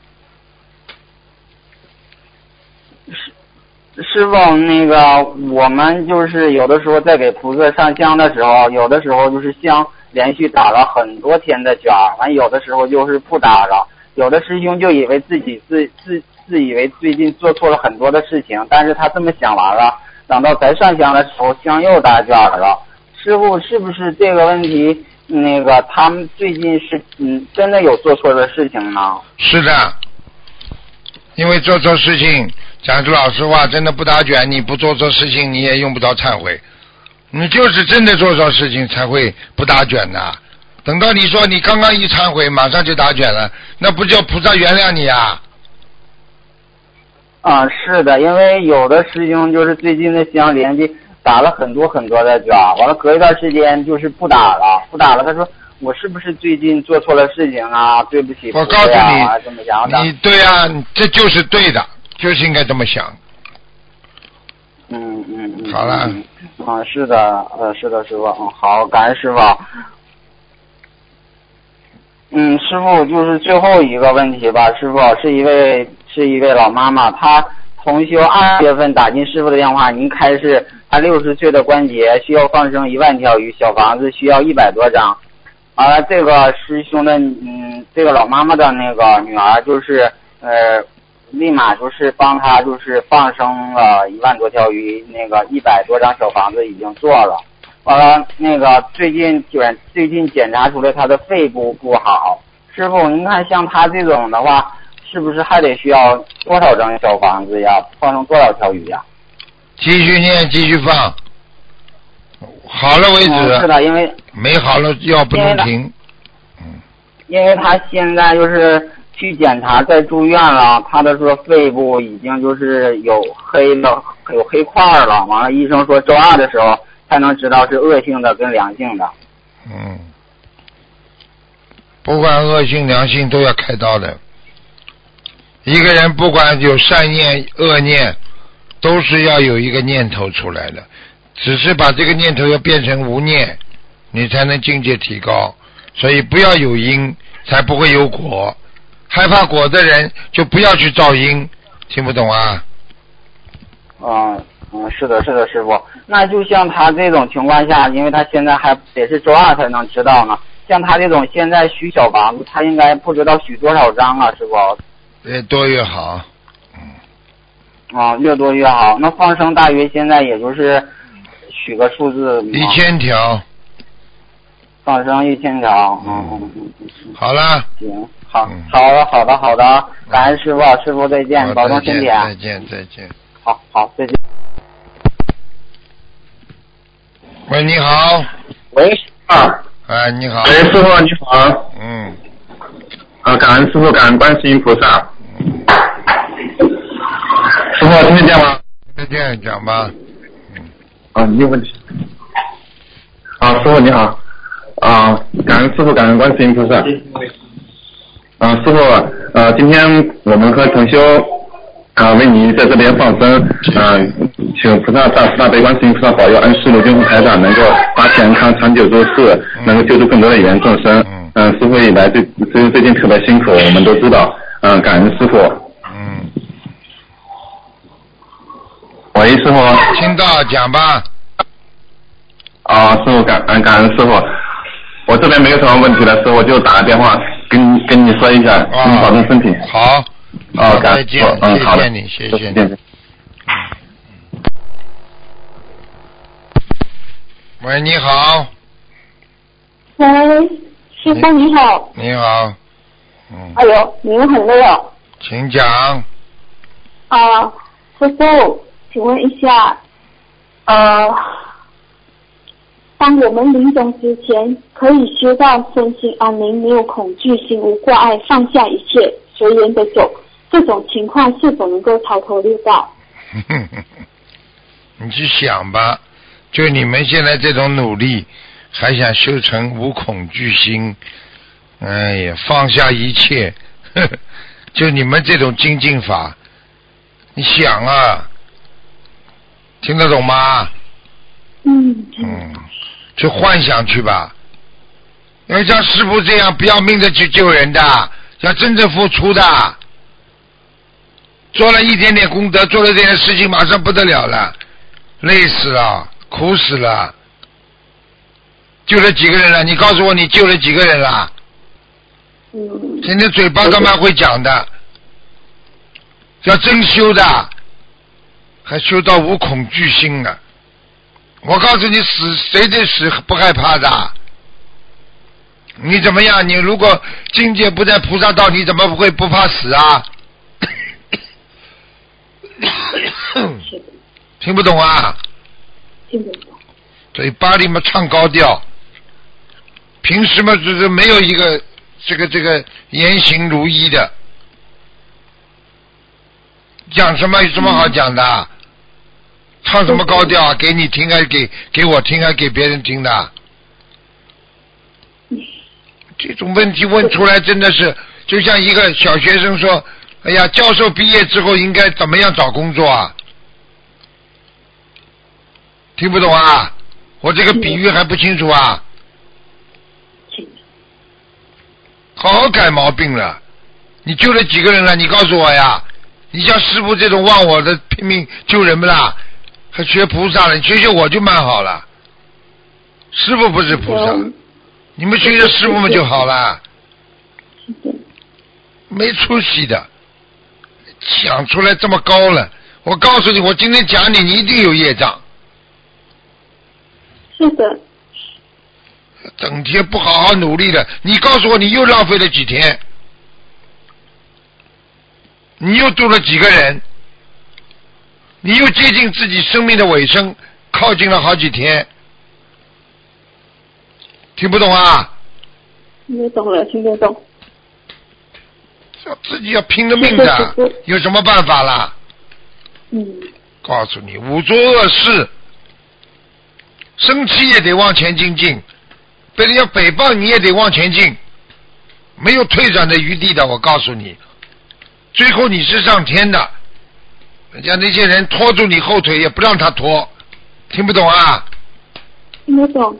师师傅，那个我们就是有的时候在给菩萨上香的时候，有的时候就是香连续打了很多天的卷儿，完有的时候就是不打了。有的师兄就以为自己自自自以为最近做错了很多的事情，但是他这么想完了，等到再上香的时候，香又打卷儿了。师傅，是不是这个问题？那个他们最近是嗯真的有做错的事情呢？ 是的，因为做错事情，讲句老实话，真的不打卷，你不做错事情，你也用不着忏悔。你就是真的做错事情才会不打卷的。等到你说你刚刚一忏悔，马上就打卷了，那不叫菩萨原谅你啊？ 啊，是的，因为有的师兄就是最近的香连续打了很多很多的卷，完了隔一段时间就是不打了，不打了。他说我是不是最近做错了事情啊？对不起， 我告诉你， 这么想的。 你对啊，这就是对的，就是应该这么想。 嗯嗯嗯。 好了。 嗯啊，是的，呃，是的，师傅，嗯，好，感恩师傅。嗯，师傅就是最后一个问题吧，师傅是一位是一位老妈妈，她同修二月份打进师傅的电话，您开示她六十岁的关节需要放生一万条鱼，小房子需要一百多张。完了，这个师兄的嗯，这个老妈妈的那个女儿就是呃，立马就是帮她就是放生了一万多条鱼，那个一百多张小房子已经做了。完了，那个最近检最近检查出来他的肺部不好，师傅您看像他这种的话，是不是还得需要多少张小房子呀？放生多少条鱼呀？ 继续念，继续放，好了为止。 嗯、是的，因为没好了药不能停。 嗯，因为他现在就是去检查，在住院了，他的说肺部已经就是有黑了，有黑块了。完了，医生说周二的时候才能知道是恶性的跟良性的。 嗯，不管恶性良性都要开刀的。一个人不管有善念恶念，都是要有一个念头出来的，只是把这个念头要变成无念，你才能境界提高。所以不要有因，才不会有果。害怕果的人就不要去造因，听不懂啊？ 嗯嗯，是的，是的，师傅。那就像他这种情况下，因为他现在还得是周二才能知道呢。像他这种现在许小房子，他应该不知道许多少张啊，师傅？ 越多越好。 嗯。啊，越多越好。那放生大约现在也就是许个数字。 一千条。 放生一千条。嗯嗯嗯。 好了。 行，好，好的，好的，好的。感恩师傅，师傅再见，保重身体。 再见，再见。 好好，再见。 喂，你好。 喂，啊。 哎，你好。 喂，师傅你好。 嗯。 啊，感恩师傅，感恩观世音菩萨。嗯。师傅听得见吗？ 听得见，讲吧。 嗯。啊，没有问题。啊，师傅你好。啊，感恩师傅，感恩观世音菩萨。啊，师傅，呃，今天我们和同修啊为您在这边放生，啊，请菩萨大慈大悲观世音菩萨保佑恩师卢军宏台长能够发健康长久住世，能够救助更多的有缘众生。嗯，师傅以来最最最近特别辛苦，我们都知道，嗯，感恩师傅。 嗯。 喂，师傅。 听到，讲吧。 啊，师傅感恩感恩师傅。我这边没有什么问题了，师傅就打个电话跟跟你说一下，请你保重身体。 好。 啊，感再见， 嗯，好的， 谢谢你，谢谢你。喂，你好。 喂，师傅你好。 你好。嗯。 哎呦，您很累哦。 请讲。 啊，师傅，请问一下，呃。当我们临终之前，可以修到身心安宁，没有恐惧心，无挂碍，放下一切，随缘的走，这种情况是否能够逃脱六道？ 你去想吧，就你们现在这种努力，还想修成无恐惧心，哎呀，放下一切，呵呵，就你们这种精进法，你想啊，听得懂吗？ 嗯。 嗯， 去幻想去吧。要像师父这样不要命的去救人的，要真正付出的。做了一点点功德，做了这件事情，马上不得了了，累死了，苦死了。救了几个人了？你告诉我，你救了几个人了？ 嗯。 现在嘴巴都蛮会讲的，要真修的，还修到无恐惧心呢。我告诉你，死谁对死不害怕的？你怎么样？你如果境界不在菩萨道，你怎么会不怕死啊？听不懂啊？ 听不懂。 嘴巴里嘛唱高调，平时嘛就是没有一个这个这个言行如一的，讲什么有什么好讲的？唱什么高调啊？给你听还是给给我听还是给别人听的？这种问题问出来真的是就像一个小学生说，哎呀，教授毕业之后应该怎么样找工作啊？听不懂啊？我这个比喻还不清楚啊？好好改毛病了。你救了几个人了？你告诉我呀。你像师父这种忘我的拼命救人不啦？还学菩萨了？你学学我就蛮好了。师父不是菩萨，你们学学师父们就好了。没出息的，讲出来这么高了。我告诉你，我今天讲你，你一定有业障。 是的。 整天不好好努力的，你告诉我，你又浪费了几天？你又度了几个人？你又接近自己生命的尾声，靠近了好几天。听不懂啊？ 听得懂了，听得懂。 要自己要拼了命的，有什么办法啦？ 嗯。 告诉你，五做恶事，生气也得往前进进，被人家诽谤你也得往前进，没有退转的余地的。我告诉你，最后你是上天的，人家那些人拖住你后腿也不让他拖，听不懂啊？ 听得懂。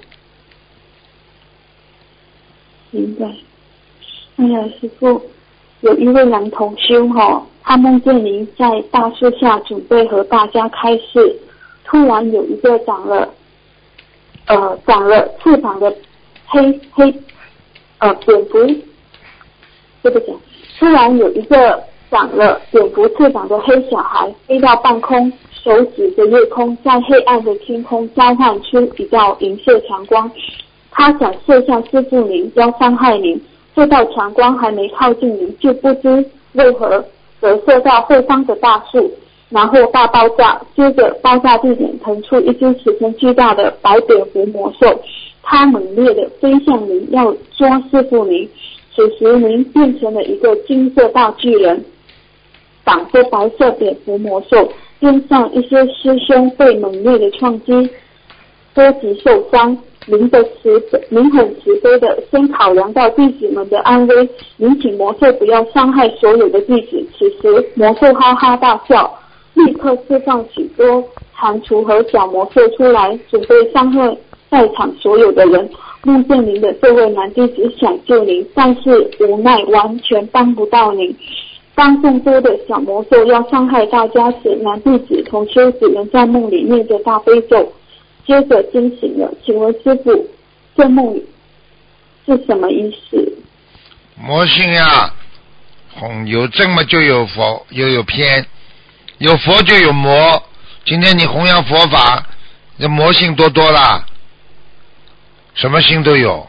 明白。哎呀，师父，有一位男同修哈、哦，他梦见您在大树下准备和大家开示，突然有一个长了呃长了翅膀的黑黑呃蝙蝠，对不起，突然有一个长了蝙蝠翅膀的黑小孩飞到半空，手指着夜空，在黑暗的天空交换出一道银色强光。他想射向师父您，要伤害您，这道强光还没靠近您，就不知为何折射到后方的大树，然后大爆炸，接着爆炸地点腾出一只十分巨大的白蝙蝠魔兽，它猛烈地飞向您，要抓师父您。此时您变成了一个金色大巨人，挡着白色蝙蝠魔兽，边上一些师兄被猛烈的撞击波及受伤。您的慈悲，您很慈悲的先考量到弟子们的安危，您请魔兽不要伤害所有的弟子。此时魔兽哈哈大笑，立刻释放许多蟾蜍和小魔兽出来，准备伤害在场所有的人。梦见您的这位男弟子想救您，但是无奈完全帮不到您。当众多的小魔兽要伤害大家时，男弟子同修只能在梦里念着大悲咒。接着惊醒了，请问师父，这梦是什么意思？ 魔性呀，嗯，有正嘛就有佛，又有偏，有佛就有魔。今天你弘扬佛法，这魔性多多啦，什么性都有。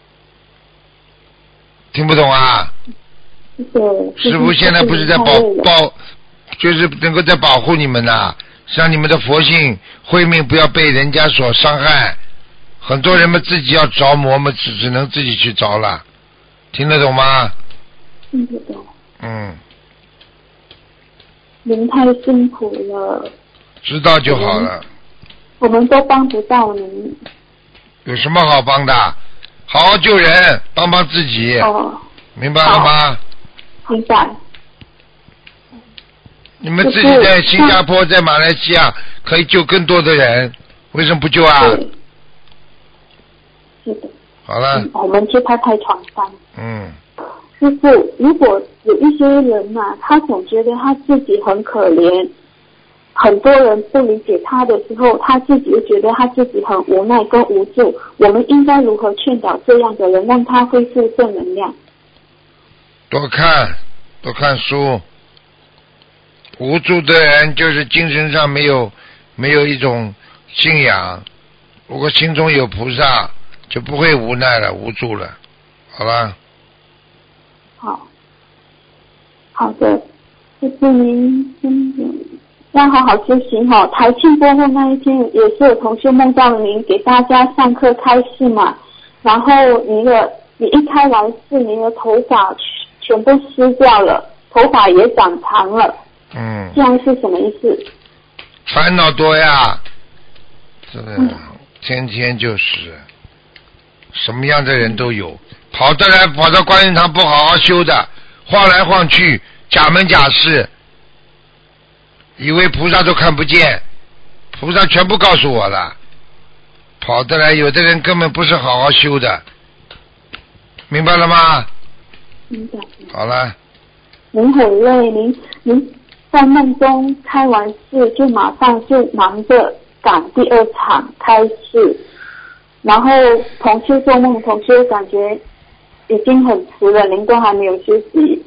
听不懂啊？师父现在不是在保保，就是能够在保护你们呐。让你们的佛性慧命不要被人家所伤害，很多人们自己要着魔嘛，只只能自己去着了，听得懂吗？ 听得懂。 嗯。 您太辛苦了。 知道就好了。 我们都帮不到您。 有什么好帮的？好好救人，帮帮自己。 哦。 明白了吗？ 明白。 你们自己在新加坡、在马来西亚可以救更多的人，为什么不救啊？ 是的。 好了。 嗯、我们去拍拍床单。 嗯。 师父，如果有一些人呐、啊，他总觉得他自己很可怜，很多人不理解他的时候，他自己又觉得他自己很无奈跟无助，我们应该如何劝导这样的人，让他恢复正能量？ 多看，多看书。无助的人就是精神上没有没有一种信仰，如果心中有菩萨，就不会无奈了，无助了。好了。 好，好的，谢谢您，真的要好好修行哈、哦。台庆过后那一天，也是有同学梦到您给大家上课开示嘛，然后你的你一开完示，你的头发全部湿掉了，头发也长长了。 嗯。 这样是什么意思？ 烦恼多呀，这个、嗯、天天就是，什么样的人都有。跑得来跑到观音堂不好好修的，晃来晃去，假门假式，以为菩萨都看不见，菩萨全部告诉我了。跑得来，有的人根本不是好好修的，明白了吗？ 明白。 好了。 您很累，您您在梦中开完示就马上就忙着赶第二场开示，然后同修做梦，同修感觉已经很迟了，您都还没有休息。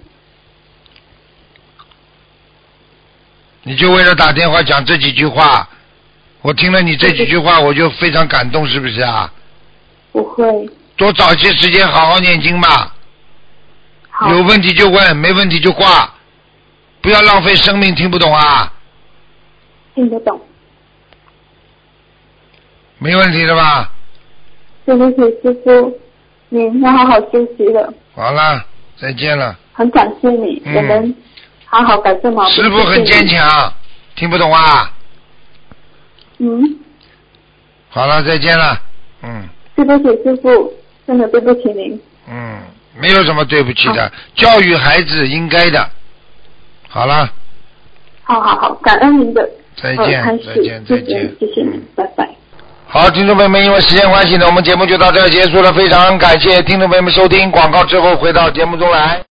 你就为了打电话讲这几句话，我听了你这几句话，我就非常感动，是不是啊？ 不会。 多找些时间好好念经吧。 好。 有问题就问，没问题就挂，不要浪费生命，听不懂啊？ 听得懂。 没问题的吧？ 对不起，师父。您要好好休息了。 好了，再见了。 很感谢你，嗯、我们好好改正毛病。 师父很坚强，听不懂啊？ 嗯。 好了，再见了。嗯。 对不起，师父，真的对不起您。 嗯，没有什么对不起的，教育孩子应该的。好了。 好好好，感恩您的。 再见， 呃、 再见，再见， 谢谢您，拜拜。 好，听众朋友们，因为时间关系呢，我们节目就到这儿结束了。非常感谢听众朋友们收听，广告之后回到节目中来。